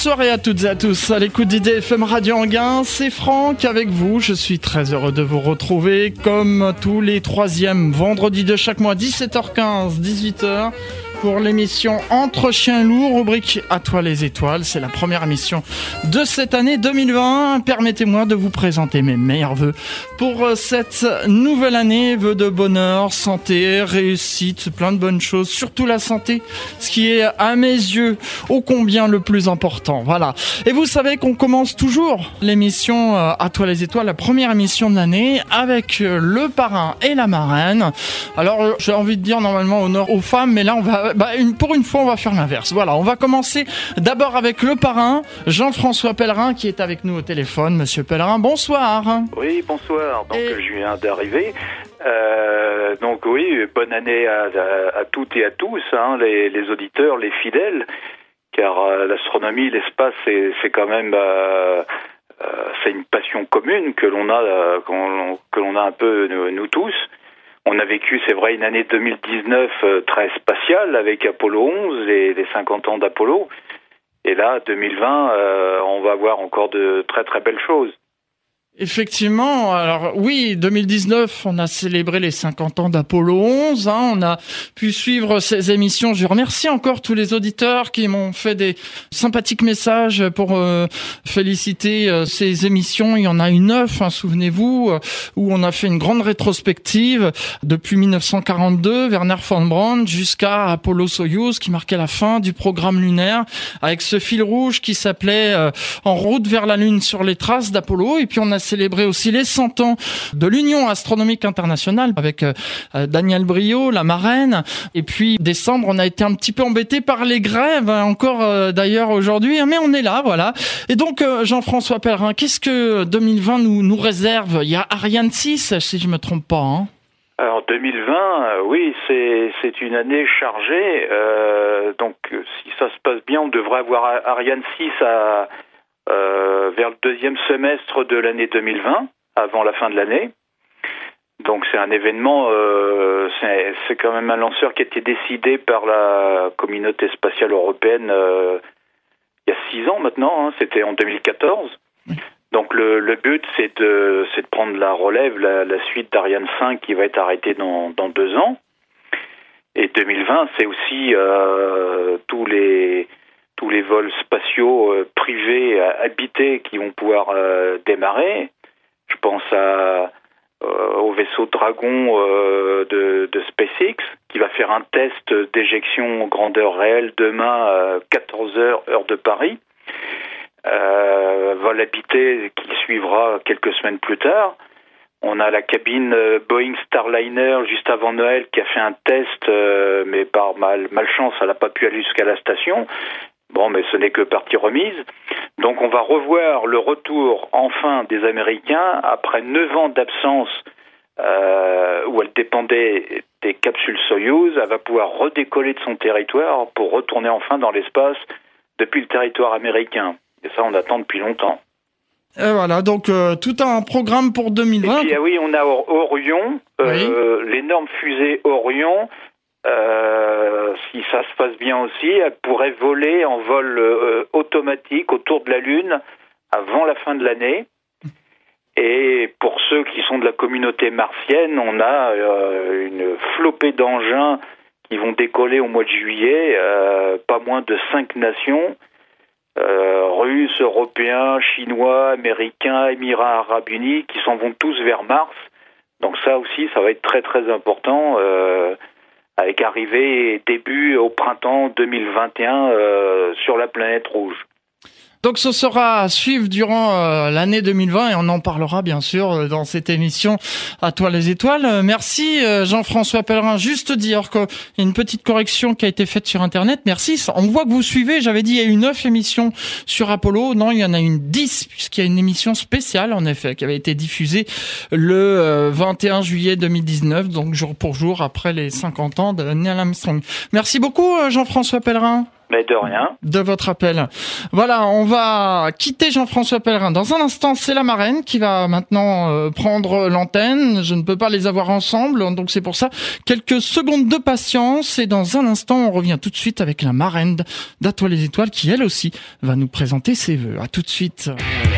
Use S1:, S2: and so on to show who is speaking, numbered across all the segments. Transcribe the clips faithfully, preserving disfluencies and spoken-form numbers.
S1: soirée à toutes et à tous, à l'écoute d'I D F M Radio Anguin, c'est Franck avec vous, je suis très heureux de vous retrouver comme tous les troisièmes vendredis de chaque mois, dix-sept heures quinze, dix-huit heures, pour l'émission Entre Chiens Loups, rubrique À toi les étoiles, c'est la première émission de cette année deux mille vingt. Permettez-moi de vous présenter mes meilleurs vœux pour cette nouvelle année, vœux de bonheur, santé, réussite, plein de bonnes choses, surtout la santé, ce qui est à mes yeux ô combien le plus important. Voilà. Et vous savez qu'on commence toujours l'émission À toi les étoiles, la première émission de l'année, avec le parrain et la marraine. Alors j'ai envie de dire normalement honneur aux femmes, mais là on va Bah, une, pour une fois, on va faire l'inverse. Voilà, on va commencer d'abord avec le parrain, Jean-François Pellerin, qui est avec nous au téléphone. Monsieur Pellerin, bonsoir.
S2: Oui, bonsoir. Donc,
S1: et...
S2: je viens d'arriver. Euh, donc, oui, bonne année à, à, à toutes et à tous, hein, les, les auditeurs, les fidèles, car euh, l'astronomie, l'espace, c'est, c'est quand même... Euh, euh, c'est une passion commune que l'on a, euh, qu'on, que l'on a un peu, nous, nous tous. On a vécu, c'est vrai, une année deux mille dix-neuf euh, très spatiale avec Apollo onze, les, les cinquante ans d'Apollo. Et là, deux mille vingt, euh, on va voir encore de très très belles choses.
S1: Effectivement, alors oui, deux mille dix-neuf, on a célébré les cinquante ans d'Apollo onze, hein, on a pu suivre ces émissions. Je remercie encore tous les auditeurs qui m'ont fait des sympathiques messages pour euh, féliciter euh, ces émissions. Il y en a eu neuf, hein, souvenez-vous, euh, où on a fait une grande rétrospective depuis dix-neuf cent quarante-deux, Wernher von Braun, jusqu'à Apollo-Soyouz, qui marquait la fin du programme lunaire, avec ce fil rouge qui s'appelait euh, En route vers la Lune sur les traces d'Apollo. Et puis on a célébrer aussi les cent ans de l'Union astronomique internationale avec euh, Daniel Brio, la marraine. Et puis décembre, on a été un petit peu embêté par les grèves, hein, encore euh, d'ailleurs aujourd'hui, hein, mais on est là, voilà. Et donc euh, Jean-François Pellerin, qu'est-ce que deux mille vingt nous nous réserve? Il y a Ariane six, si je me trompe pas. Hein.
S2: Alors deux mille vingt, euh, oui, c'est c'est une année chargée. Euh, donc si ça se passe bien, on devrait avoir Ariane six à Euh, vers le deuxième semestre de l'année deux mille vingt, avant la fin de l'année. Donc c'est un événement, euh, c'est, c'est quand même un lanceur qui a été décidé par la communauté spatiale européenne euh, il y a six ans maintenant, hein, c'était en deux mille quatorze. Donc le, le but c'est de, c'est de prendre la relève, la, la suite d'Ariane cinq qui va être arrêtée dans, dans deux ans. Et deux mille vingt, c'est aussi euh, tous les... tous les vols spatiaux euh, privés, euh, habités qui vont pouvoir euh, démarrer. Je pense à, euh, au vaisseau Dragon euh, de, de SpaceX qui va faire un test d'éjection grandeur réelle demain à quatorze heures, heure de Paris. Euh, vol habité qui suivra quelques semaines plus tard. On a la cabine Boeing Starliner juste avant Noël qui a fait un test, euh, mais par mal, malchance, elle n'a pas pu aller jusqu'à la station. Bon, mais ce n'est que partie remise. Donc on va revoir le retour enfin des Américains après neuf ans d'absence euh, où elle dépendait des capsules Soyouz. Elle va pouvoir redécoller de son territoire pour retourner enfin dans l'espace depuis le territoire américain. Et ça, on attend depuis longtemps.
S1: Et voilà, donc euh, tout un programme pour deux mille vingt.
S2: Et puis, ah oui, on a Orion, euh, oui. l'énorme fusée Orion. Euh, si ça se passe bien aussi, elle pourrait voler en vol euh, automatique autour de la Lune avant la fin de l'année. Et pour ceux qui sont de la communauté martienne, on a euh, une flopée d'engins qui vont décoller au mois de juillet, euh, pas moins de cinq nations, euh, russes, européens, chinois, américains, Émirats arabes unis, qui s'en vont tous vers Mars. Donc ça aussi, ça va être très très important. Euh, avec arrivée et début au printemps deux mille vingt et un euh, sur la planète rouge.
S1: Donc ce sera à suivre durant euh, l'année deux mille vingt et on en parlera bien sûr dans cette émission À toi les étoiles. Merci euh, Jean-François Pellerin. Juste dire qu'il y a une petite correction qui a été faite sur Internet. Merci. On voit que vous suivez. J'avais dit il y a eu neuf émissions sur Apollo. Non, il y en a une dix puisqu'il y a une émission spéciale en effet qui avait été diffusée le euh, vingt et un juillet deux mille dix-neuf, donc jour pour jour après les cinquante ans de Neil Armstrong. Merci beaucoup euh, Jean-François Pellerin.
S2: Mais de rien.
S1: De votre appel. Voilà, on va quitter Jean-François Pellerin. Dans un instant, c'est la marraine qui va maintenant euh, prendre l'antenne. Je ne peux pas les avoir ensemble, donc c'est pour ça. Quelques secondes de patience et dans un instant, on revient tout de suite avec la marraine d'À toi les étoiles qui, elle aussi, va nous présenter ses vœux. À tout de suite.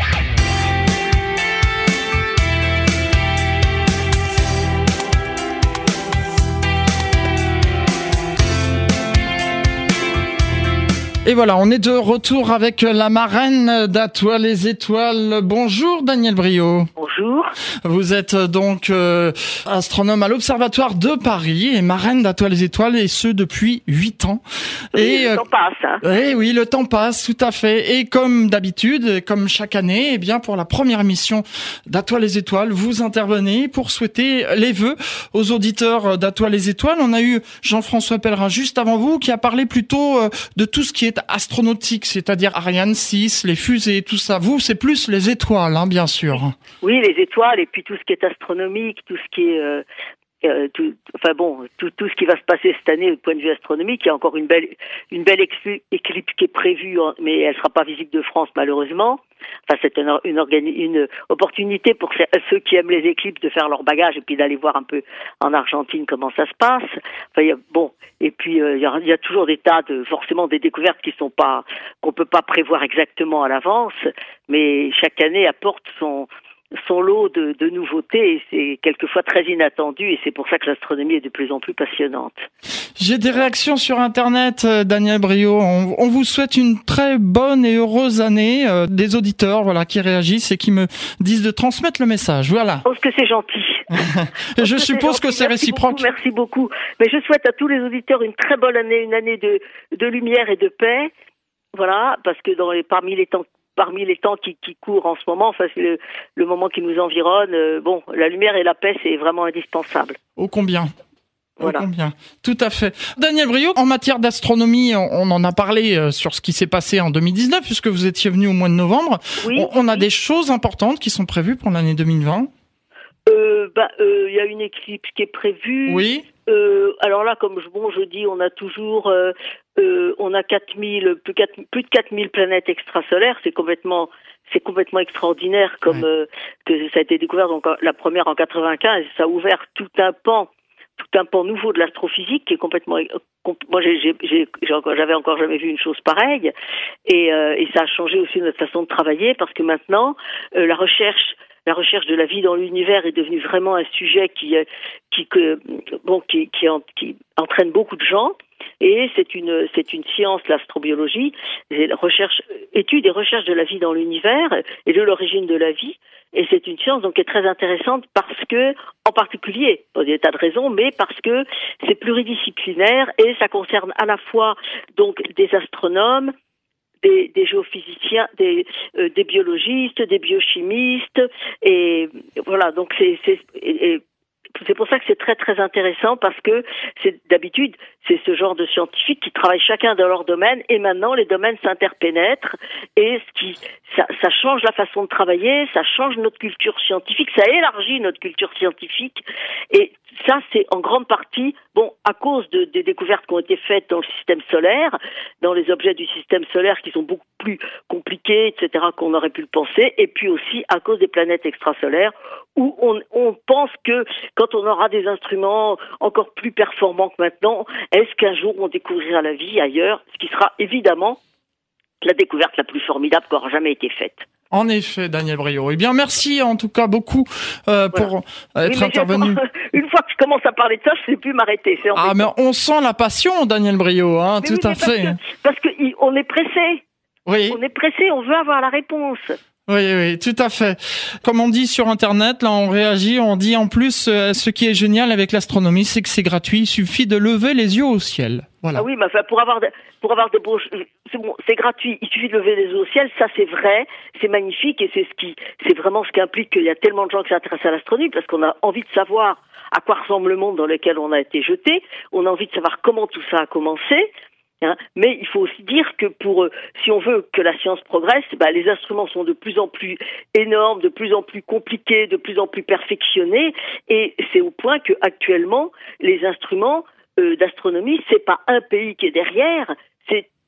S1: Et voilà, on est de retour avec la marraine d'À toi les étoiles. Bonjour Daniel Briot.
S3: Bonjour.
S1: Vous êtes donc euh, astronome à l'Observatoire de Paris et marraine d'À toi les étoiles, et ce depuis huit ans.
S3: Oui,
S1: et,
S3: le temps passe. Hein.
S1: Eh oui, le temps passe, tout à fait. Et comme d'habitude, comme chaque année, eh bien pour la première émission d'À toi les étoiles, vous intervenez pour souhaiter les vœux aux auditeurs d'À toi les étoiles. On a eu Jean-François Pellerin juste avant vous qui a parlé plutôt euh, de tout ce qui est astronautique, c'est-à-dire Ariane six, les fusées, tout ça. Vous, c'est plus les étoiles, hein, bien sûr.
S3: Oui, les étoiles et puis tout ce qui est astronomique, tout ce qui est... Euh, euh, tout, enfin bon, tout, tout ce qui va se passer cette année du point de vue astronomique. Il y a encore une belle, une belle éclipse qui est prévue, mais elle sera pas visible de France malheureusement. Enfin, c'est une, une, organi- une opportunité pour ceux qui aiment les éclipses de faire leur bagage et puis d'aller voir un peu en Argentine comment ça se passe. Enfin, il y a, bon, et puis euh, il, y a, il y a toujours des tas de, forcément des découvertes qui sont pas, qu'on peut pas prévoir exactement à l'avance, mais chaque année apporte son son lot de, de nouveautés et c'est quelquefois très inattendu et c'est pour ça que l'astronomie est de plus en plus passionnante.
S1: J'ai des réactions sur Internet, euh, Daniel Briot. On, on vous souhaite une très bonne et heureuse année. Euh, des auditeurs, voilà, qui réagissent et qui me disent de transmettre le message. Voilà.
S3: Je pense que c'est gentil.
S1: Et je suppose que c'est
S3: merci
S1: réciproque.
S3: Beaucoup, merci beaucoup. Mais je souhaite à tous les auditeurs une très bonne année, une année de, de lumière et de paix. Voilà, parce que dans les, parmi les temps Parmi les temps qui, qui courent en ce moment, enfin c'est le, le moment qui nous environne, euh, bon, la lumière et la paix, c'est vraiment indispensable.
S1: Ô combien.
S3: Voilà.
S1: Ô combien. Tout à fait. Daniel Briot, en matière d'astronomie, on, on en a parlé euh, sur ce qui s'est passé en deux mille dix-neuf, puisque vous étiez venu au mois de novembre.
S3: Oui,
S1: on, on a
S3: oui.
S1: des choses importantes qui sont prévues pour l'année deux mille vingt.
S3: Euh, bah, euh, y a une éclipse qui est prévue.
S1: Oui.
S3: Euh, alors là, comme je, bon, je dis, on a toujours, euh, euh, on a quatre mille, plus, quatre, plus de quatre mille planètes extrasolaires. C'est complètement, c'est complètement extraordinaire, comme ouais. euh, que ça a été découvert donc la première en quatre-vingt-quinze. Ça a ouvert tout un pan, tout un pan nouveau de l'astrophysique qui est complètement. Moi, j'ai, j'ai, j'ai, j'avais encore jamais vu une chose pareille, et, euh, et ça a changé aussi notre façon de travailler parce que maintenant, euh, la recherche. La recherche de la vie dans l'univers est devenue vraiment un sujet qui, qui, que, bon, qui, qui, qui entraîne beaucoup de gens. Et c'est une, c'est une science, l'astrobiologie, la recherche, étude et recherche de la vie dans l'univers et de l'origine de la vie. Et c'est une science donc qui est très intéressante parce que, en particulier, pour des tas de raisons, mais parce que c'est pluridisciplinaire et ça concerne à la fois donc des astronomes, Des, des géophysiciens, des, euh, des biologistes, des biochimistes, et voilà. Donc c'est, c'est, et, et c'est pour ça que c'est très très intéressant parce que c'est d'habitude c'est ce genre de scientifiques qui travaillent chacun dans leur domaine et maintenant les domaines s'interpénètrent et ce qui ça, ça change la façon de travailler, ça change notre culture scientifique, ça élargit notre culture scientifique et ça c'est en grande partie bon à cause de, des découvertes qui ont été faites dans le système solaire, dans les objets du système solaire qui sont beaucoup plus compliqués, et cetera qu'on aurait pu le penser, et puis aussi à cause des planètes extrasolaires où on, on pense que quand on aura des instruments encore plus performants que maintenant, est-ce qu'un jour on découvrira la vie ailleurs, ce qui sera évidemment la découverte la plus formidable qui aura jamais été faite.
S1: En effet, Daniel Briot. Eh bien, merci en tout cas beaucoup euh, pour voilà. être oui, intervenu.
S3: Une fois que je commence à parler de ça, je ne sais plus m'arrêter. C'est
S1: ah, mais on sent la passion, Daniel Briot, hein, tout
S3: oui,
S1: à fait.
S3: Parce que, parce que on est pressé.
S1: Oui.
S3: On est pressé, on veut avoir la réponse.
S1: Oui, oui, tout à fait. Comme on dit sur Internet, là, on réagit, on dit en plus, euh, ce qui est génial avec l'astronomie, c'est que c'est gratuit, il suffit de lever les yeux au ciel. Voilà.
S3: Ah oui, mais enfin, pour avoir de, pour avoir de beaux, c'est bon, c'est gratuit, il suffit de lever les yeux au ciel, ça c'est vrai, c'est magnifique et c'est ce qui, c'est vraiment ce qui implique qu'il y a tellement de gens qui s'intéressent à l'astronomie parce qu'on a envie de savoir à quoi ressemble le monde dans lequel on a été jeté, on a envie de savoir comment tout ça a commencé. Hein, mais il faut aussi dire que pour, euh, si on veut que la science progresse, bah, les instruments sont de plus en plus énormes, de plus en plus compliqués, de plus en plus perfectionnés, et c'est au point que actuellement les instruments euh, d'astronomie, c'est pas un pays qui est derrière, c'est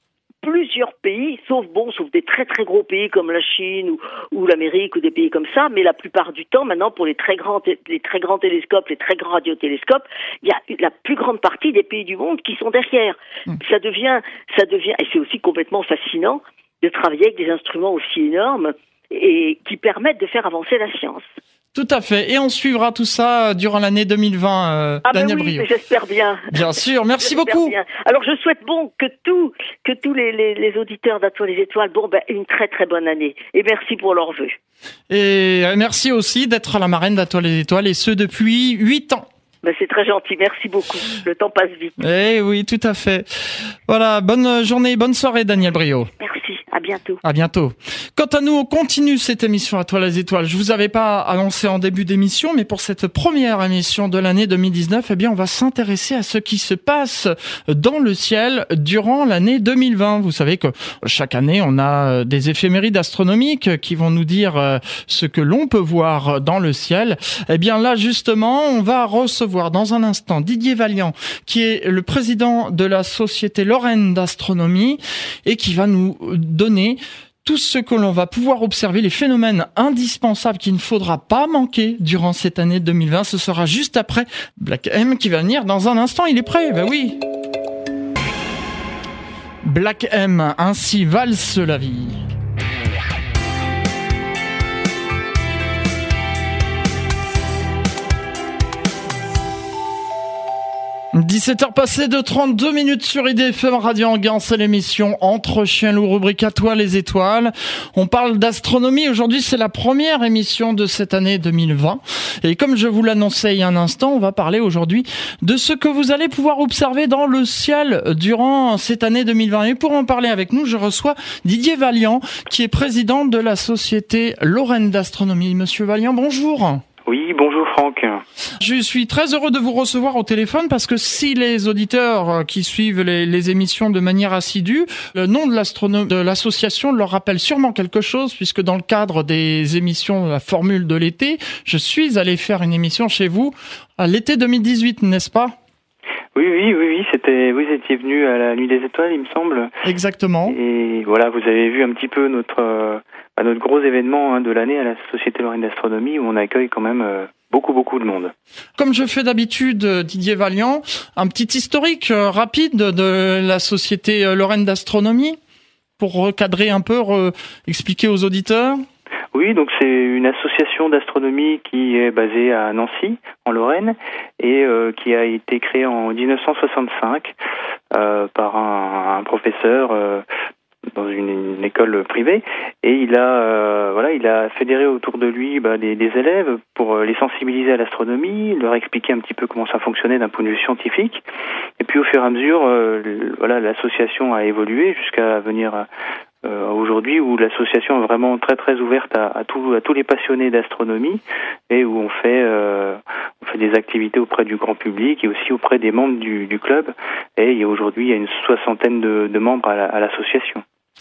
S3: plusieurs pays, sauf bon, sauf des très très gros pays comme la Chine ou, ou l'Amérique ou des pays comme ça, mais la plupart du temps, maintenant, pour les très grands, les très grands télescopes, les très grands radiotélescopes, il y a la plus grande partie des pays du monde qui sont derrière. Mmh. Ça devient, ça devient, et c'est aussi complètement fascinant de travailler avec des instruments aussi énormes et qui permettent de faire avancer la science.
S1: Tout à fait. Et on suivra tout ça durant l'année deux mille vingt, euh,
S3: ah
S1: Daniel
S3: ben oui,
S1: Brio.
S3: Mais j'espère bien.
S1: Bien sûr. Merci
S3: j'espère
S1: beaucoup.
S3: Bien. Alors, je souhaite bon que tous, que tous les, les, les auditeurs d'À toi les étoiles, bon, ben, une très très bonne année. Et merci pour leurs vœux.
S1: Et merci aussi d'être la marraine d'À toi les étoiles, et ce depuis huit ans.
S3: Ben, c'est très gentil, merci beaucoup. Le temps passe vite.
S1: Eh oui, tout à fait. Voilà, bonne journée, bonne soirée, Daniel Brio.
S3: Merci, à bientôt.
S1: À bientôt. Quant à nous, on continue cette émission À toi les étoiles. Je vous avais pas annoncé en début d'émission, mais pour cette première émission de l'année deux mille dix-neuf, eh bien, on va s'intéresser à ce qui se passe dans le ciel durant l'année deux mille vingt. Vous savez que chaque année, on a des éphémérides astronomiques qui vont nous dire ce que l'on peut voir dans le ciel. Eh bien, là, justement, on va recevoir dans un instant Didier Valiant, qui est le président de la Société Lorraine d'Astronomie et qui va nous donner tout ce que l'on va pouvoir observer, les phénomènes indispensables qu'il ne faudra pas manquer durant cette année deux mille vingt. Ce sera juste après Black M qui va venir dans un instant. Il est prêt? Ben oui. Black M, ainsi valse la vie. dix-sept heures passées de trente-deux minutes sur I D F M Radio Anguin, c'est l'émission Entre Chiens Loups, rubrique À toi les étoiles. On parle d'astronomie. Aujourd'hui, c'est la première émission de cette année deux mille vingt. Et comme je vous l'annonçais il y a un instant, on va parler aujourd'hui de ce que vous allez pouvoir observer dans le ciel durant cette année deux mille vingt. Et pour en parler avec nous, je reçois Didier Valiant, qui est président de la Société Lorraine d'Astronomie. Monsieur Valiant, bonjour.
S4: Oui, bonjour Franck.
S1: Je suis très heureux de vous recevoir au téléphone parce que si les auditeurs qui suivent les, les émissions de manière assidue, le nom de, l'astronom- de l'association leur rappelle sûrement quelque chose, puisque dans le cadre des émissions de la formule de l'été, je suis allé faire une émission chez vous à l'été deux mille dix-huit, n'est-ce pas ?
S4: Oui, oui, oui, oui, c'était, vous étiez venu à la Nuit des Étoiles, il me semble.
S1: Exactement.
S4: Et voilà, vous avez vu un petit peu notre, euh, notre gros événement hein, de l'année à la Société Lorraine d'Astronomie, où on accueille quand même euh, beaucoup, beaucoup de monde.
S1: Comme je fais d'habitude, Didier Valiant, un petit historique euh, rapide de la Société Lorraine d'Astronomie, pour recadrer un peu, re- expliquer aux auditeurs.
S4: Oui, donc c'est une association d'astronomie qui est basée à Nancy, en Lorraine, et euh, qui a été créée en dix-neuf cent soixante-cinq euh, par un, un professeur euh, dans une, une école privée, et il a euh, voilà, il a fédéré autour de lui bah, des, des élèves pour les sensibiliser à l'astronomie, leur expliquer un petit peu comment ça fonctionnait d'un point de vue scientifique, et puis au fur et à mesure, euh, voilà, l'association a évolué jusqu'à venir Euh, aujourd'hui où l'association est vraiment très très ouverte à, à, tout, à tous les passionnés d'astronomie et où on fait, euh, on fait des activités auprès du grand public et aussi auprès des membres du, du club. Et il y a aujourd'hui il y a une soixantaine de, de membres à, la, à l'association.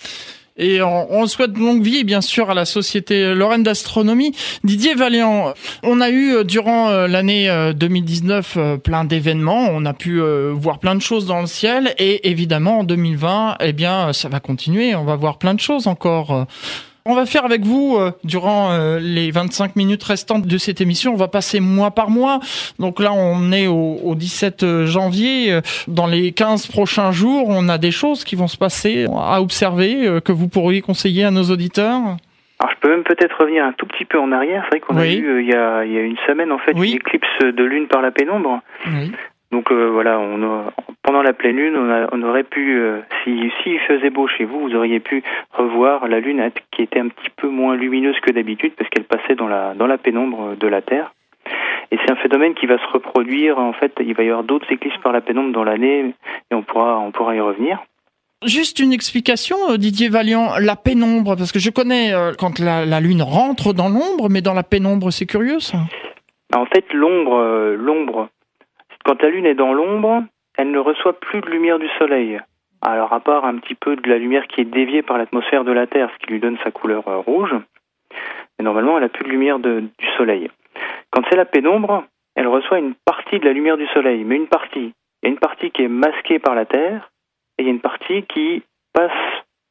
S1: Et on, on souhaite longue vie, bien sûr, à la Société Lorraine d'Astronomie. Didier Valiant, on a eu durant l'année deux mille dix-neuf plein d'événements, on a pu voir plein de choses dans le ciel, et évidemment en deux mille vingt, eh bien, ça va continuer, on va voir plein de choses encore. On va faire avec vous, euh, durant euh, les vingt-cinq minutes restantes de cette émission, on va passer mois par mois. Donc là, on est au, au dix-sept janvier. Dans les quinze prochains jours, on a des choses qui vont se passer à observer, euh, que vous pourriez conseiller à nos auditeurs.
S4: Alors je peux même peut-être revenir un tout petit peu en arrière. C'est vrai qu'on
S1: oui.
S4: a eu, euh, il y a, il y a une semaine, en fait, oui. une éclipse de lune par la pénombre.
S1: Oui.
S4: Donc euh, voilà, on a, pendant la pleine lune, on, a, on aurait pu, euh, si s'il faisait beau chez vous, vous auriez pu revoir la lune qui était un petit peu moins lumineuse que d'habitude parce qu'elle passait dans la dans la pénombre de la Terre. Et c'est un phénomène qui va se reproduire. En fait, il va y avoir d'autres éclipses par la pénombre dans l'année et on pourra on pourra y revenir.
S1: Juste une explication, Didier Valiant, la pénombre, parce que je connais euh, quand la, la lune rentre dans l'ombre, mais dans la pénombre, c'est curieux ça.
S4: En fait, l'ombre, euh, l'ombre. Quand la Lune est dans l'ombre, elle ne reçoit plus de lumière du Soleil. Alors, à part un petit peu de la lumière qui est déviée par l'atmosphère de la Terre, ce qui lui donne sa couleur euh, rouge, mais normalement, elle n'a plus de lumière de, du Soleil. Quand c'est la pénombre, elle reçoit une partie de la lumière du Soleil, mais une partie. Il y a une partie qui est masquée par la Terre, et il y a une partie qui passe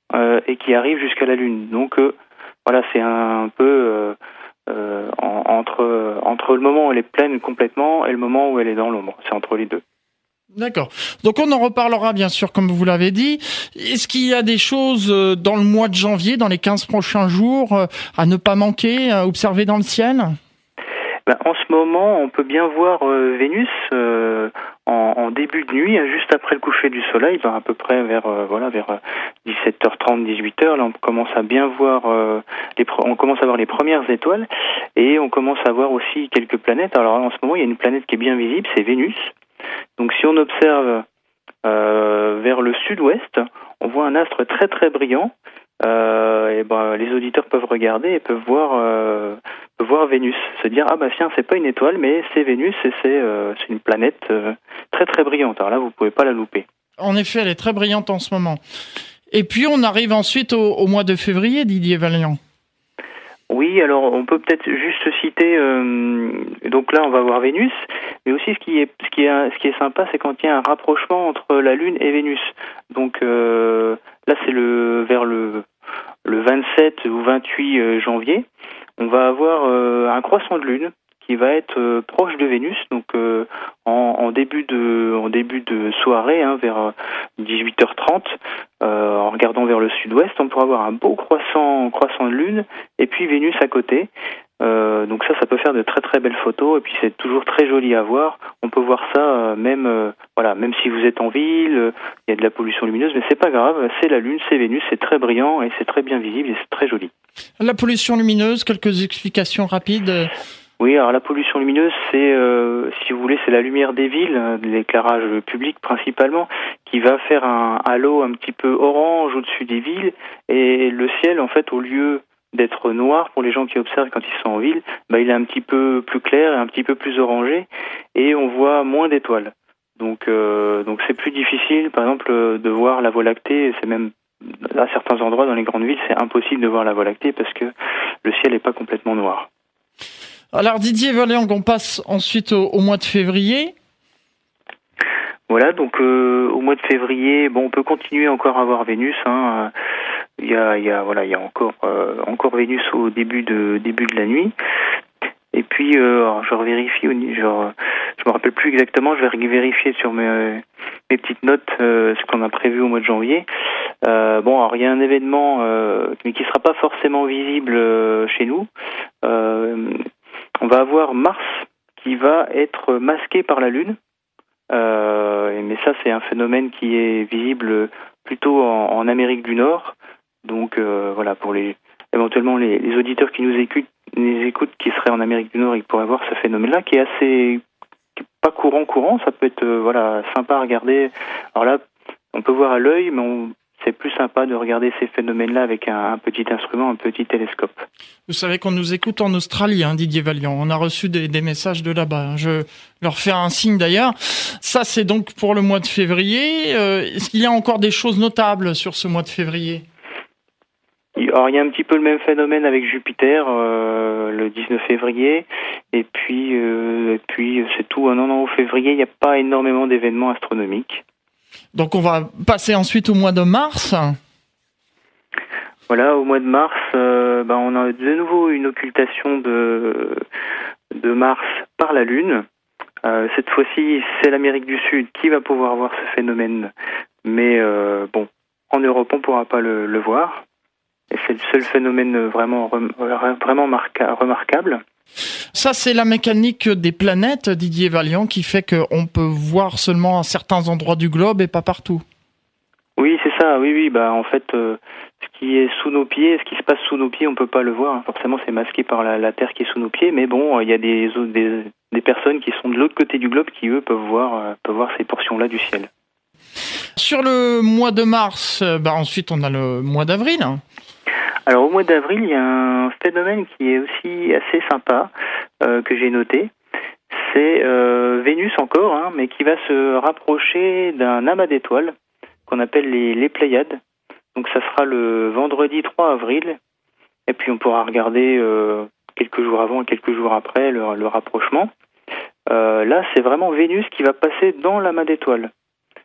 S4: euh, et qui arrive jusqu'à la Lune. Donc euh, voilà, c'est un, un peu euh, euh, en, entre, entre le moment où elle est pleine complètement et le moment où elle est dans l'ombre. C'est entre les deux.
S1: D'accord. Donc on en reparlera bien sûr, comme vous l'avez dit. Est-ce qu'il y a des choses dans le mois de janvier, dans les quinze prochains jours, à ne pas manquer, à observer dans le ciel ?
S4: Ben, en ce moment, on peut bien voir euh, Vénus euh, en, en début de nuit, juste après le coucher du soleil, ben, à peu près vers euh, voilà vers dix-sept heures trente, dix-huit heures. Là, on commence à bien voir euh, les pro- on commence à voir les premières étoiles et on commence à voir aussi quelques planètes. Alors en ce moment, il y a une planète qui est bien visible, c'est Vénus. Donc si on observe euh, vers le sud-ouest, on voit un astre très très brillant. Euh, et ben les auditeurs peuvent regarder et peuvent voir euh, peuvent voir Vénus, se dire ah bah tiens, c'est pas une étoile mais c'est Vénus et c'est euh, c'est une planète euh, très très brillante. Alors là vous pouvez pas la louper.
S1: En effet, elle est très brillante en ce moment. Et puis on arrive ensuite au, au mois de février, Didier Valiant.
S4: Oui, alors on peut peut-être juste citer euh, donc là on va voir Vénus, mais aussi ce qui est ce qui est ce qui est sympa, c'est quand il y a un rapprochement entre la Lune et Vénus. Donc euh, là c'est le vers le le vingt-sept ou vingt-huit janvier, on va avoir euh, un croissant de Lune qui va être euh, proche de Vénus, donc euh, en, en début de en début de soirée, hein, vers dix-huit heures trente, euh, en regardant vers le sud-ouest, on pourra avoir un beau croissant croissant de Lune et puis Vénus à côté. Euh, donc ça, ça peut faire de très très belles photos et puis c'est toujours très joli à voir. On peut voir ça euh, même euh, voilà, même si vous êtes en ville, il euh, y a de la pollution lumineuse, mais c'est pas grave. C'est la Lune, c'est Vénus, c'est très brillant et c'est très bien visible et c'est très joli.
S1: La pollution lumineuse, quelques explications rapides.
S4: Oui, alors la pollution lumineuse, c'est, euh, si vous voulez, c'est la lumière des villes, de l'éclairage public principalement, qui va faire un halo un petit peu orange au-dessus des villes, et le ciel, en fait, au lieu d'être noir pour les gens qui observent quand ils sont en ville, bah, il est un petit peu plus clair et un petit peu plus orangé, et on voit moins d'étoiles. Donc, euh, donc c'est plus difficile, par exemple, de voir la Voie lactée, c'est même à certains endroits dans les grandes villes, c'est impossible de voir la Voie lactée parce que le ciel n'est pas complètement noir.
S1: Alors Didier Valiant, on passe ensuite au, au mois de février.
S4: Voilà, donc euh, au mois de février, bon, on peut continuer encore à voir Vénus. Hein. Il y a, il y a, voilà, il y a encore, euh, encore Vénus au début de début de la nuit. Et puis, euh, alors, je revérifie, genre, je me rappelle plus exactement. Je vais vérifier sur mes, mes petites notes euh, ce qu'on a prévu au mois de janvier. Euh, bon, alors il y a un événement, euh, mais qui sera pas forcément visible euh, chez nous. Euh, On va avoir Mars qui va être masqué par la Lune, euh, mais ça c'est un phénomène qui est visible plutôt en, en Amérique du Nord. Donc euh, voilà, pour les éventuellement les, les auditeurs qui nous écoutent, nous écoutent, qui seraient en Amérique du Nord, ils pourraient voir ce phénomène-là qui est assez qui est pas courant courant. Ça peut être euh, voilà sympa à regarder. Alors là, on peut voir à l'œil, mais on c'est plus sympa de regarder ces phénomènes-là avec un, un petit instrument, un petit télescope.
S1: Vous savez qu'on nous écoute en Australie, hein, Didier Valiant. On a reçu des, des messages de là-bas. Je leur fais un signe d'ailleurs. Ça, c'est donc pour le mois de février. Euh, est-ce qu'il y a encore des choses notables sur ce mois de février ?
S4: Alors, il y a un petit peu le même phénomène avec Jupiter, euh, le dix-neuf février. Et puis, euh, et puis c'est tout. Non, non, au février, il n'y a pas énormément d'événements astronomiques.
S1: Donc on va passer ensuite au mois de mars.
S4: Voilà, au mois de mars, euh, ben on a de nouveau une occultation de, de Mars par la Lune. Euh, cette fois-ci, c'est l'Amérique du Sud qui va pouvoir voir ce phénomène. Mais euh, bon, en Europe, on ne pourra pas le, le voir. Et c'est le seul phénomène vraiment, vraiment marca- remarquable.
S1: Ça, c'est la mécanique des planètes, Didier Valiant, qui fait qu'on peut voir seulement à certains endroits du globe et pas partout. Oui, c'est ça. Oui, oui. Bah, en fait, euh, ce qui est sous nos pieds, ce qui se passe sous nos pieds, on peut pas le voir. Forcément, c'est masqué par la, la Terre qui est sous nos pieds. Mais bon, il y a des, des, des personnes qui sont de l'autre côté du globe qui, eux, peuvent voir, euh, peuvent voir ces portions-là du ciel. Sur le mois de mars, bah, ensuite, on a le mois d'avril. Alors au mois d'avril, il y a un phénomène qui est aussi assez sympa, euh, que j'ai noté. C'est euh, Vénus encore, hein, mais qui va se rapprocher d'un amas d'étoiles qu'on appelle les, les Pléiades. Donc ça sera le vendredi trois avril, et puis on pourra regarder euh, quelques jours avant et quelques jours après le, le rapprochement. Euh, là, c'est vraiment Vénus qui va passer dans l'amas d'étoiles.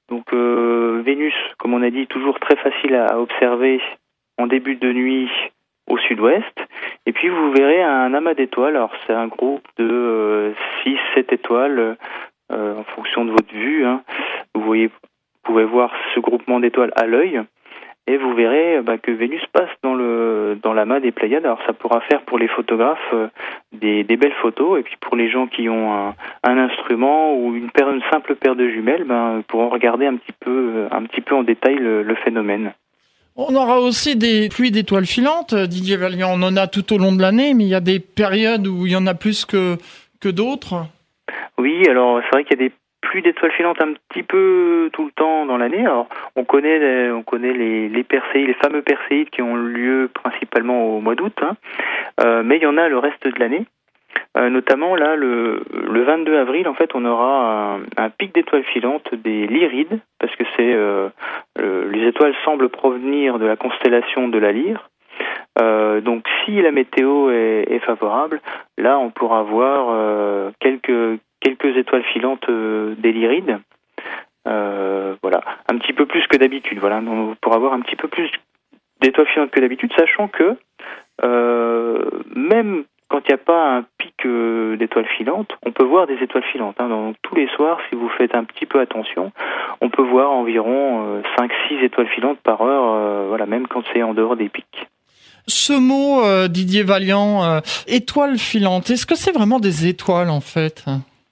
S4: Donc euh, Vénus, comme on a dit, toujours très facile à observer en début de nuit au sud-ouest. Et puis vous verrez un amas d'étoiles. Alors c'est un groupe de euh, six sept étoiles euh, en fonction de votre vue. Hein. Vous voyez, vous pouvez voir ce groupement d'étoiles à l'œil. Et vous verrez bah, que Vénus passe dans le dans l'amas des Pléiades. Alors ça pourra faire pour les photographes euh, des, des belles photos, et puis pour les gens qui ont un, un instrument ou une, paire, une simple paire de jumelles, ben, pourront regarder un petit peu un petit peu en détail le, le phénomène.
S1: On aura aussi des pluies d'étoiles filantes, Didier Valiant. On en a tout au long de l'année, mais il y a des périodes où il y en a plus que que d'autres.
S4: Oui, alors c'est vrai qu'il y a des pluies d'étoiles filantes un petit peu tout le temps dans l'année. Alors, on connaît, les, on connaît les, les perséides, les fameux perséides qui ont lieu principalement au mois d'août, hein. euh, mais il y en a le reste de l'année. Euh, notamment là, le, le vingt-deux avril, en fait, on aura un, un pic d'étoiles filantes des Lyrides, parce que c'est euh, euh, les étoiles semblent provenir de la constellation de la Lyre. Euh, donc, si la météo est, est favorable, là, on pourra voir euh, quelques quelques étoiles filantes euh, des Lyrides. Euh, voilà, un petit peu plus que d'habitude. Voilà, on pourra avoir un petit peu plus d'étoiles filantes que d'habitude, sachant que euh, même quand il n'y a pas un pic euh, d'étoiles filantes, on peut voir des étoiles filantes. Hein. Donc tous les soirs, si vous faites un petit peu attention, on peut voir environ euh, cinq six étoiles filantes par heure, euh, voilà, même quand c'est en dehors des pics.
S1: Ce mot, euh, Didier Valiant, euh, étoiles filantes, est-ce que c'est vraiment des étoiles en fait ?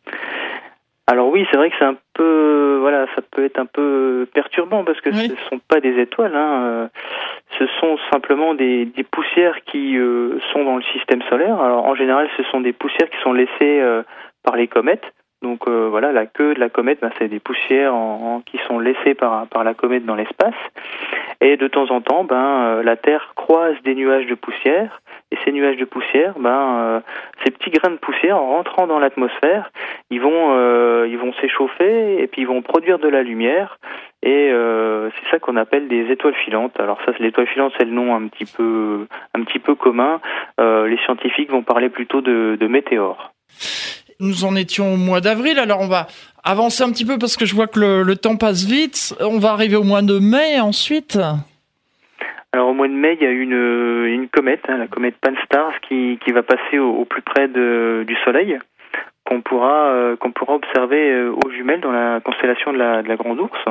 S4: Alors oui, c'est vrai que c'est un peu, voilà, ça peut être un peu perturbant parce que oui. Ce ne sont pas des étoiles, hein. Ce sont simplement des, des poussières qui euh, sont dans le système solaire. Alors en général, ce sont des poussières qui sont laissées euh, par les comètes. Donc euh, voilà, la queue de la comète, ben, c'est des poussières en, en, qui sont laissées par, par la comète dans l'espace. Et de temps en temps, ben, euh, la Terre croise des nuages de poussière. Et ces nuages de poussière, ben, euh, ces petits grains de poussière, en rentrant dans l'atmosphère, ils vont, euh, ils vont s'échauffer et puis ils vont produire de la lumière. Et euh, c'est ça qu'on appelle des étoiles filantes. Alors ça, l'étoile filante, c'est le nom un petit peu, un petit peu commun. Euh, les scientifiques vont parler plutôt de, de météores.
S1: Nous en étions au mois d'avril, alors on va avancer un petit peu parce que je vois que le, le temps passe vite. On va arriver au mois de mai ensuite.
S4: Alors au mois de mai, il y a une, une comète, hein, la comète Pan-STARRS, qui, qui va passer au, au plus près de, du Soleil, qu'on pourra, euh, qu'on pourra observer euh, aux jumelles dans la constellation de la, de la Grande Ourse.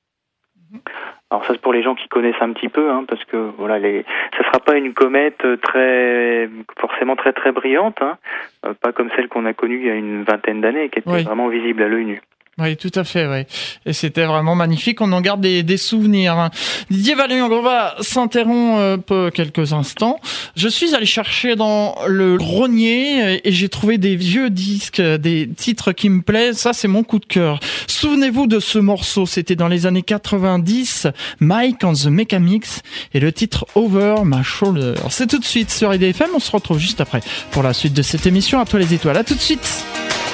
S4: Alors ça c'est pour les gens qui connaissent un petit peu, hein, parce que voilà, les, ça sera pas une comète très, forcément très très brillante, hein, euh, pas comme celle qu'on a connue il y a une vingtaine d'années, qui était oui. vraiment visible à l'œil nu.
S1: Oui, tout à fait, oui. Et c'était vraiment magnifique. On en garde des, des souvenirs. Didier Valiant, on va s'interrompre quelques instants. Je suis allé chercher dans le grenier et j'ai trouvé des vieux disques, des titres qui me plaisent. Ça, c'est mon coup de cœur. Souvenez-vous de ce morceau. C'était dans les années quatre-vingt-dix. Mike and the Mechanics et le titre Over My Shoulder. C'est tout de suite sur I D F M. On se retrouve juste après pour la suite de cette émission. À toi les étoiles. À tout de suite.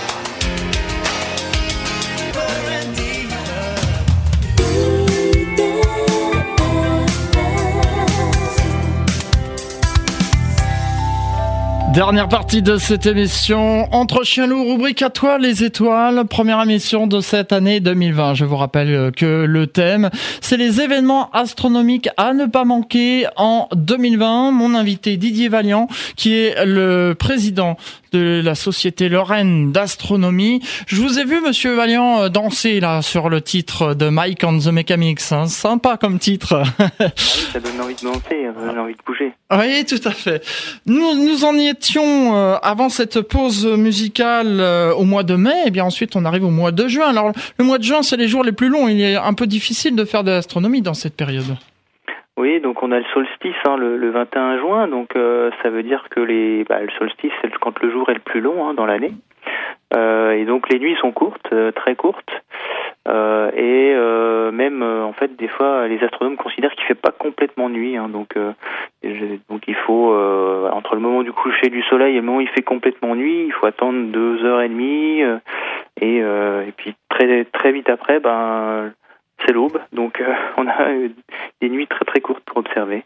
S1: Dernière partie de cette émission, Entre Chiens Loups, rubrique à toi les étoiles, première émission de cette année deux mille vingt. Je vous rappelle que le thème, c'est les événements astronomiques à ne pas manquer en deux mille vingt. Mon invité Didier Valiant, qui est le président de la Société Lorraine d'Astronomie. Je vous ai vu, monsieur Valiant, danser là sur le titre de Mike and the Mechanics. Hein. Sympa comme titre.
S4: Ah oui, ça donne envie de danser, ça donne envie de bouger.
S1: Oui, tout à fait. Nous, nous en y étions euh, avant cette pause musicale euh, au mois de mai, et bien ensuite on arrive au mois de juin. Alors le mois de juin, c'est les jours les plus longs. Il est un peu difficile de faire de l'astronomie dans cette période.
S4: Oui, donc on a le solstice hein, le, le vingt et un juin, donc euh, ça veut dire que les, bah, le solstice, c'est quand le jour est le plus long hein, dans l'année. Euh, et donc les nuits sont courtes, euh, très courtes. Euh, et euh, même euh, en fait des fois les astronomes considèrent qu'il fait pas complètement nuit hein, donc euh, je, donc il faut euh, entre le moment du coucher du soleil et le moment où il fait complètement nuit, il faut attendre deux heures et demie euh, et euh, et puis très très vite après ben c'est l'aube, donc euh, on a euh, des nuits très très courtes pour observer.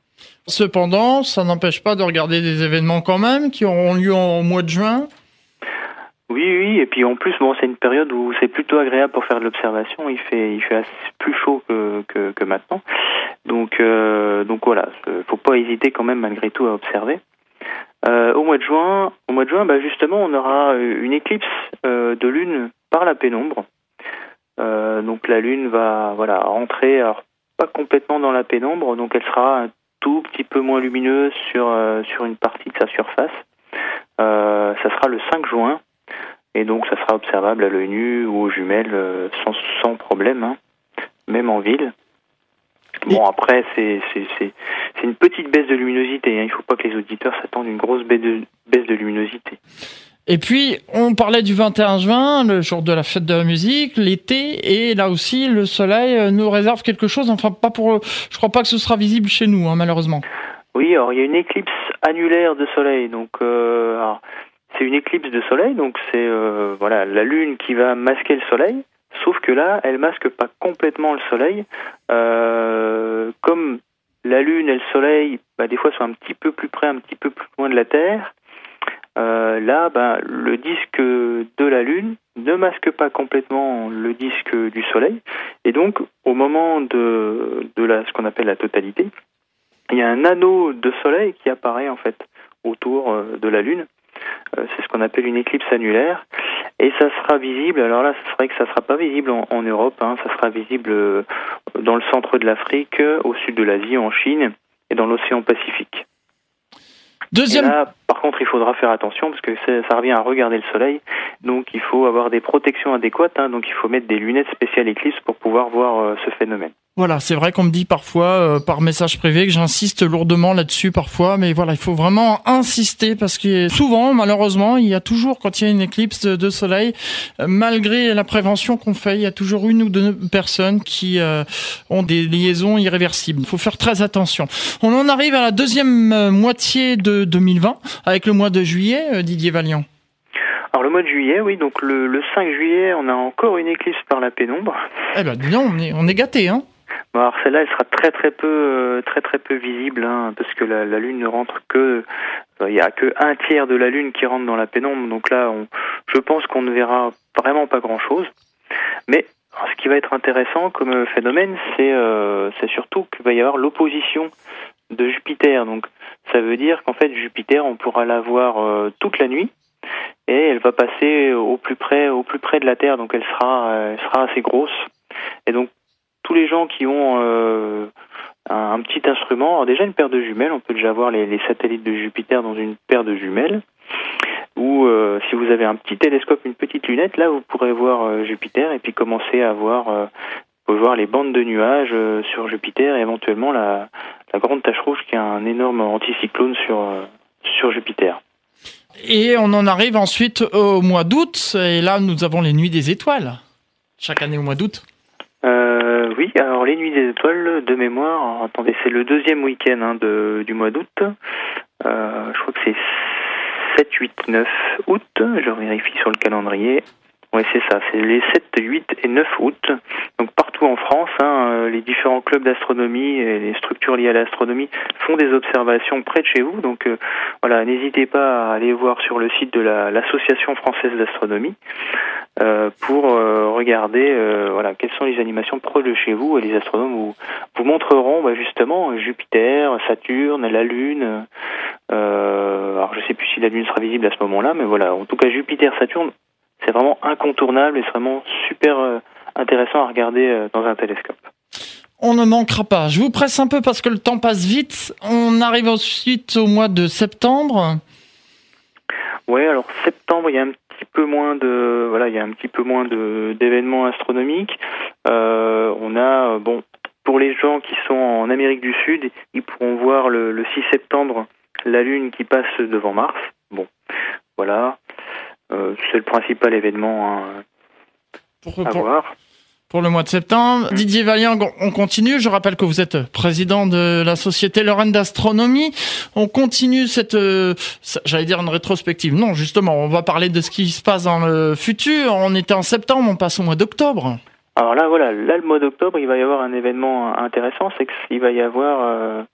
S1: Cependant, ça n'empêche pas de regarder des événements quand même qui auront lieu au mois de juin.
S4: Oui, oui, et puis en plus, bon, c'est une période où c'est plutôt agréable pour faire de l'observation. Il fait, il fait assez plus chaud que, que, que maintenant. Donc, euh, donc voilà, faut pas hésiter quand même malgré tout à observer. Euh, au mois de juin, au mois de juin, bah justement, on aura une éclipse euh, de lune par la pénombre. Euh, donc la lune va, voilà, rentrer, alors pas complètement dans la pénombre, donc elle sera un tout petit peu moins lumineuse sur euh, sur une partie de sa surface. Euh, ça sera le cinq juin, et donc ça sera observable à l'œil nu ou aux jumelles euh, sans sans problème, hein, même en ville. Bon, après, c'est, c'est, c'est, c'est une petite baisse de luminosité. Hein. Il ne faut pas que les auditeurs s'attendent à une grosse baisse de, baisse de luminosité.
S1: Et puis, on parlait du vingt et un juin, le jour de la fête de la musique, l'été, et là aussi, le soleil nous réserve quelque chose. Enfin, pas pour, je crois pas que ce sera visible chez nous, hein, malheureusement.
S4: Oui, alors il y a une éclipse annulaire de soleil. Donc, euh, alors, c'est une éclipse de soleil. Donc, c'est euh, voilà la lune qui va masquer le soleil. Sauf que là, elle masque pas complètement le soleil. Euh, comme la lune et le soleil, bah, des fois, sont un petit peu plus près, un petit peu plus loin de la Terre. Euh, là, bah, le disque de la lune ne masque pas complètement le disque du soleil. Et donc, au moment de, de la, ce qu'on appelle la totalité, il y a un anneau de soleil qui apparaît en fait autour de la lune. Euh, c'est ce qu'on appelle une éclipse annulaire. Et ça sera visible, alors là, c'est vrai que ça ne sera pas visible en, en Europe, hein, ça sera visible euh, dans le centre de l'Afrique, au sud de l'Asie, en Chine et dans l'océan Pacifique.
S1: Deuxième...
S4: Et là, par contre, il faudra faire attention parce que ça revient à regarder le soleil, donc il faut avoir des protections adéquates, hein, donc il faut mettre des lunettes spéciales éclipse pour pouvoir voir euh, ce phénomène.
S1: Voilà, c'est vrai qu'on me dit parfois, euh, par message privé, que j'insiste lourdement là-dessus parfois, mais voilà, il faut vraiment insister parce que souvent, malheureusement, il y a toujours, quand il y a une éclipse de, de soleil, euh, malgré la prévention qu'on fait, il y a toujours une ou deux personnes qui euh, ont des liaisons irréversibles. Il faut faire très attention. On en arrive à la deuxième euh, moitié de deux mille vingt, avec le mois de juillet, euh, Didier Valiant.
S4: Alors le mois de juillet, oui, donc le, le cinq juillet, on a encore une éclipse par la pénombre.
S1: Eh ben, dis donc, on est, on est gâtés, hein.
S4: Bon, alors celle-là, elle sera très très peu, euh, très très peu visible, hein, parce que la, la lune ne rentre que, il euh, y a que un tiers de la lune qui rentre dans la pénombre, donc là, on, je pense qu'on ne verra vraiment pas grand-chose. Mais alors, ce qui va être intéressant comme phénomène, c'est, euh, c'est surtout qu'il va y avoir l'opposition de Jupiter. Donc, ça veut dire qu'en fait, Jupiter, on pourra la voir euh, toute la nuit, et elle va passer au plus près, au plus près de la Terre, donc elle sera, elle sera assez grosse, et donc tous les gens qui ont euh, un, un petit instrument, alors déjà une paire de jumelles, on peut déjà voir les, les satellites de Jupiter dans une paire de jumelles, ou euh, si vous avez un petit télescope, une petite lunette, là vous pourrez voir euh, Jupiter et puis commencer à voir, euh, vous pouvez voir les bandes de nuages euh, sur Jupiter et éventuellement la, la grande tache rouge qui est un énorme anticyclone sur, euh, sur Jupiter.
S1: Et on en arrive ensuite au mois d'août, et là nous avons les nuits des étoiles, chaque année au mois d'août.
S4: Euh, oui, alors les nuits des étoiles, de mémoire, alors, attendez, c'est le deuxième week-end hein, de, du mois d'août, euh, je crois que c'est sept, huit, neuf août, je vérifie sur le calendrier, oui c'est ça, c'est les sept, huit et neuf août, donc partout en France, hein, les différents clubs d'astronomie et les structures liées à l'astronomie font des observations près de chez vous, donc euh, voilà, n'hésitez pas à aller voir sur le site de la, l'Association française d'astronomie, Euh, pour euh, regarder euh, voilà quelles sont les animations proches de chez vous, et les astronomes vous, vous montreront bah, justement Jupiter, Saturne, la Lune. Euh, alors je sais plus si la Lune sera visible à ce moment-là, mais voilà, en tout cas Jupiter, Saturne, c'est vraiment incontournable et c'est vraiment super euh, intéressant à regarder euh, dans un télescope.
S1: On ne manquera pas. Je vous presse un peu parce que le temps passe vite. On arrive ensuite au mois de septembre.
S4: Ouais, alors septembre, il y a un petit peu moins de voilà, il y a un petit peu moins de d'événements astronomiques. Euh, on a bon pour les gens qui sont en Amérique du Sud, ils pourront voir le, le six septembre la Lune qui passe devant Mars. Bon, voilà, euh, c'est le principal événement hein,
S1: pour,
S4: à
S1: pour,
S4: voir.
S1: Pour le mois de septembre, mmh. Didier Valiant, on continue. Je rappelle que vous êtes président de la Société Lorraine d'Astronomie. On continue cette, euh, j'allais dire une rétrospective. Non, justement, on va parler de ce qui se passe dans le futur. On était en septembre, on passe au mois d'octobre.
S4: Alors là, voilà, là le mois d'octobre, il va y avoir un événement intéressant, c'est qu'il va y avoir euh,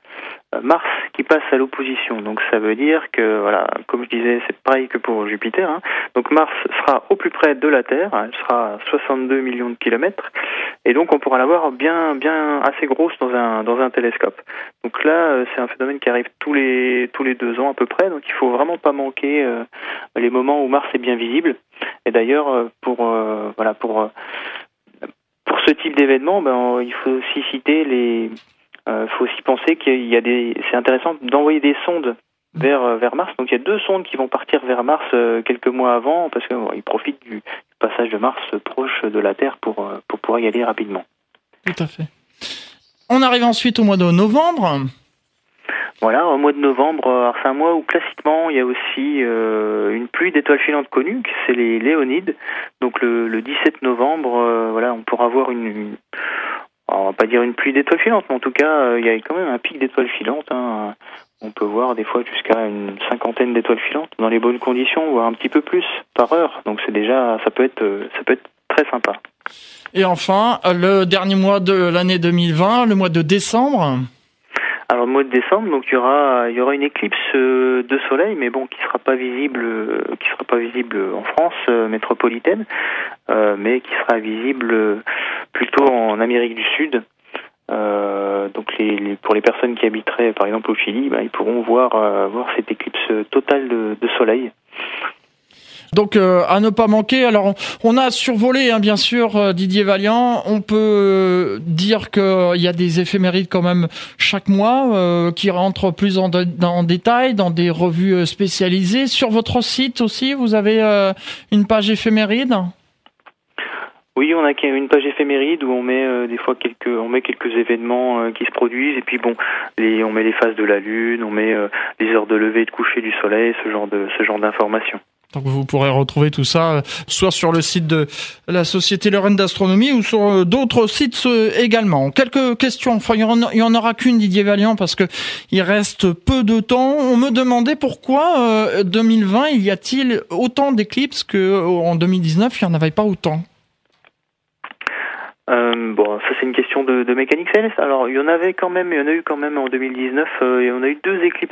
S4: Mars qui passe à l'opposition. Donc ça veut dire que, voilà, comme je disais, c'est pareil que pour Jupiter. Hein. Donc Mars sera au plus près de la Terre, elle sera à soixante-deux millions de kilomètres, et donc on pourra la voir bien, bien assez grosse dans un dans un télescope. Donc là, c'est un phénomène qui arrive tous les tous les deux ans à peu près. Donc il faut vraiment pas manquer euh, les moments où Mars est bien visible. Et d'ailleurs, pour euh, voilà pour euh, pour ce type d'événement, ben il faut aussi citer les Il euh, faut aussi penser qu'il y a des. C'est intéressant d'envoyer des sondes vers vers Mars. Donc il y a deux sondes qui vont partir vers Mars euh, quelques mois avant, parce qu'ils bon, profitent du passage de Mars proche de la Terre pour euh, pour pouvoir y aller rapidement.
S1: Tout à fait. On arrive ensuite au mois de novembre.
S4: Voilà, au mois de novembre, alors c'est un mois où classiquement il y a aussi euh, une pluie d'étoiles filantes connues, c'est les Léonides. Donc le, le dix-sept novembre, euh, voilà, on pourra voir une, une on va pas dire une pluie d'étoiles filantes, mais en tout cas, euh, il y a quand même un pic d'étoiles filantes. Hein. On peut voir des fois jusqu'à une cinquantaine d'étoiles filantes dans les bonnes conditions, voire un petit peu plus par heure. Donc c'est déjà, ça peut être, ça peut être très sympa.
S1: Et enfin, le dernier mois de l'année deux mille vingt, le mois de décembre.
S4: Alors le mois de décembre, donc il y aura, il y aura une éclipse de soleil, mais bon, qui sera pas visible, qui sera pas visible en France euh, métropolitaine, euh, mais qui sera visible plutôt en Amérique du Sud. Euh, donc les, les, pour les personnes qui habiteraient par exemple au Chili, bah, ils pourront voir euh, voir cette éclipse totale de, de soleil.
S1: Donc euh, à ne pas manquer. Alors on a survolé hein, bien sûr euh, Didier Valiant. On peut euh, dire que il y a des éphémérides quand même chaque mois euh, qui rentrent plus en, de, en détail dans des revues spécialisées. Sur votre site aussi, vous avez euh, une page éphéméride.
S4: Oui, on a une page éphéméride où on met euh, des fois quelques, on met quelques événements euh, qui se produisent et puis bon, les, on met les phases de la Lune, on met euh, les heures de lever et de coucher du Soleil, ce genre de, ce genre d'informations.
S1: Donc vous pourrez retrouver tout ça soit sur le site de la Société Lorraine d'Astronomie ou sur d'autres sites également. Quelques questions, enfin il y en aura qu'une Didier Valiant parce que il reste peu de temps. On me demandait pourquoi euh, deux mille vingt il y a-t-il autant d'éclipses qu'en deux mille dix-neuf il n'y en avait pas autant.
S4: Euh, bon, ça c'est une question de, de mécanique céleste. Alors il y en avait quand même, il y en a eu quand même en deux mille dix-neuf. Euh, et on a eu deux éclipses,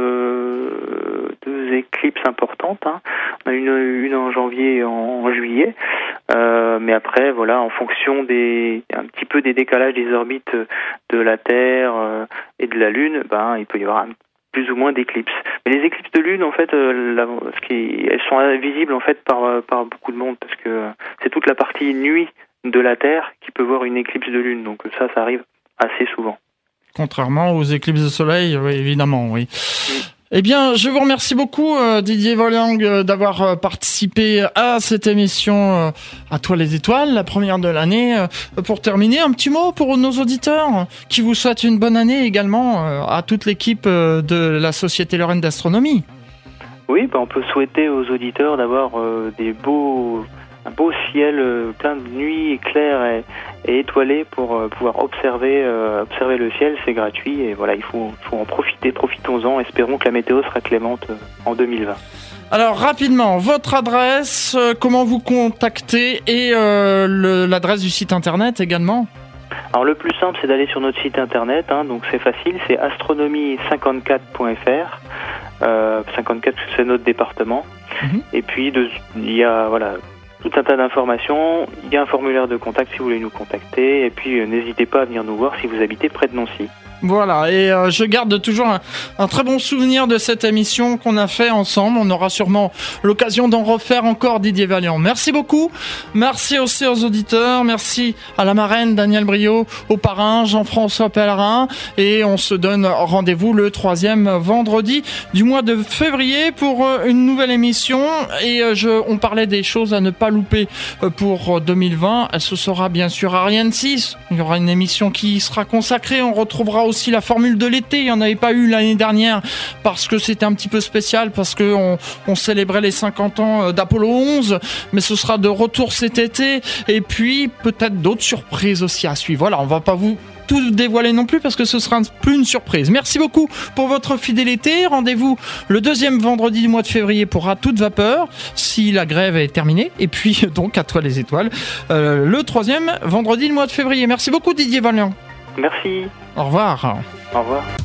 S4: euh, deux éclipses importantes. Hein. On a eu une, une en janvier et en, en juillet. Euh, mais après, voilà, en fonction des, un petit peu des décalages des orbites de la Terre euh, et de la Lune, ben il peut y avoir un, plus ou moins d'éclipses. Mais les éclipses de Lune, en fait, euh, la, ce qui, elles sont visibles en fait par par beaucoup de monde parce que c'est toute la partie nuit de la Terre qui peut voir une éclipse de Lune. Donc ça, ça arrive assez souvent.
S1: Contrairement aux éclipses de Soleil, oui, évidemment, oui. oui. Eh bien, je vous remercie beaucoup, euh, Didier Valiant, euh, d'avoir euh, participé à cette émission euh, À toi les étoiles, la première de l'année. Euh, pour terminer, un petit mot pour nos auditeurs qui vous souhaitent une bonne année également euh, à toute l'équipe euh, de la Société Lorraine d'Astronomie.
S4: Oui, bah, on peut souhaiter aux auditeurs d'avoir euh, des beaux... un beau ciel euh, plein de nuits claires et, et étoilées pour euh, pouvoir observer euh, observer le ciel, c'est gratuit et voilà, il faut, faut en profiter, profitons-en, espérons que la météo sera clémente euh, en deux mille vingt.
S1: Alors rapidement, votre adresse, euh, comment vous contacter et euh, le, l'adresse du site internet également.
S4: Alors le plus simple c'est d'aller sur notre site internet, hein, donc c'est facile, c'est astronomie cinquante-quatre point f r, euh, cinquante-quatre c'est notre département, mmh. Et puis de, il y a voilà tout un tas d'informations, il y a un formulaire de contact si vous voulez nous contacter, et puis euh, n'hésitez pas à venir nous voir si vous habitez près de Nancy.
S1: Voilà, et euh, je garde toujours un, un très bon souvenir de cette émission qu'on a fait ensemble. On aura sûrement l'occasion d'en refaire encore, Didier Valiant. Merci beaucoup. Merci aussi aux auditeurs. Merci à la marraine Daniel Brio, au parrain Jean-François Pellerin. Et on se donne rendez-vous le troisième vendredi du mois de février pour une nouvelle émission. Et je, on parlait des choses à ne pas louper pour deux mille vingt. Ce sera bien sûr Ariane six. Il y aura une émission qui sera consacrée. On retrouvera aussi la formule de l'été, il n'y en avait pas eu l'année dernière parce que c'était un petit peu spécial, parce qu'on on célébrait les cinquante ans d'Apollo onze, mais ce sera de retour cet été, et puis peut-être d'autres surprises aussi à suivre. Voilà, on va pas vous tout dévoiler non plus parce que ce sera plus une surprise. Merci beaucoup pour votre fidélité. Rendez-vous le deuxième vendredi du mois de février pour À toute vapeur, si la grève est terminée, et puis donc À toi les étoiles, euh, le troisième vendredi du mois de février. Merci beaucoup Didier Valiant.
S4: Merci.
S1: Au revoir.
S4: Au revoir.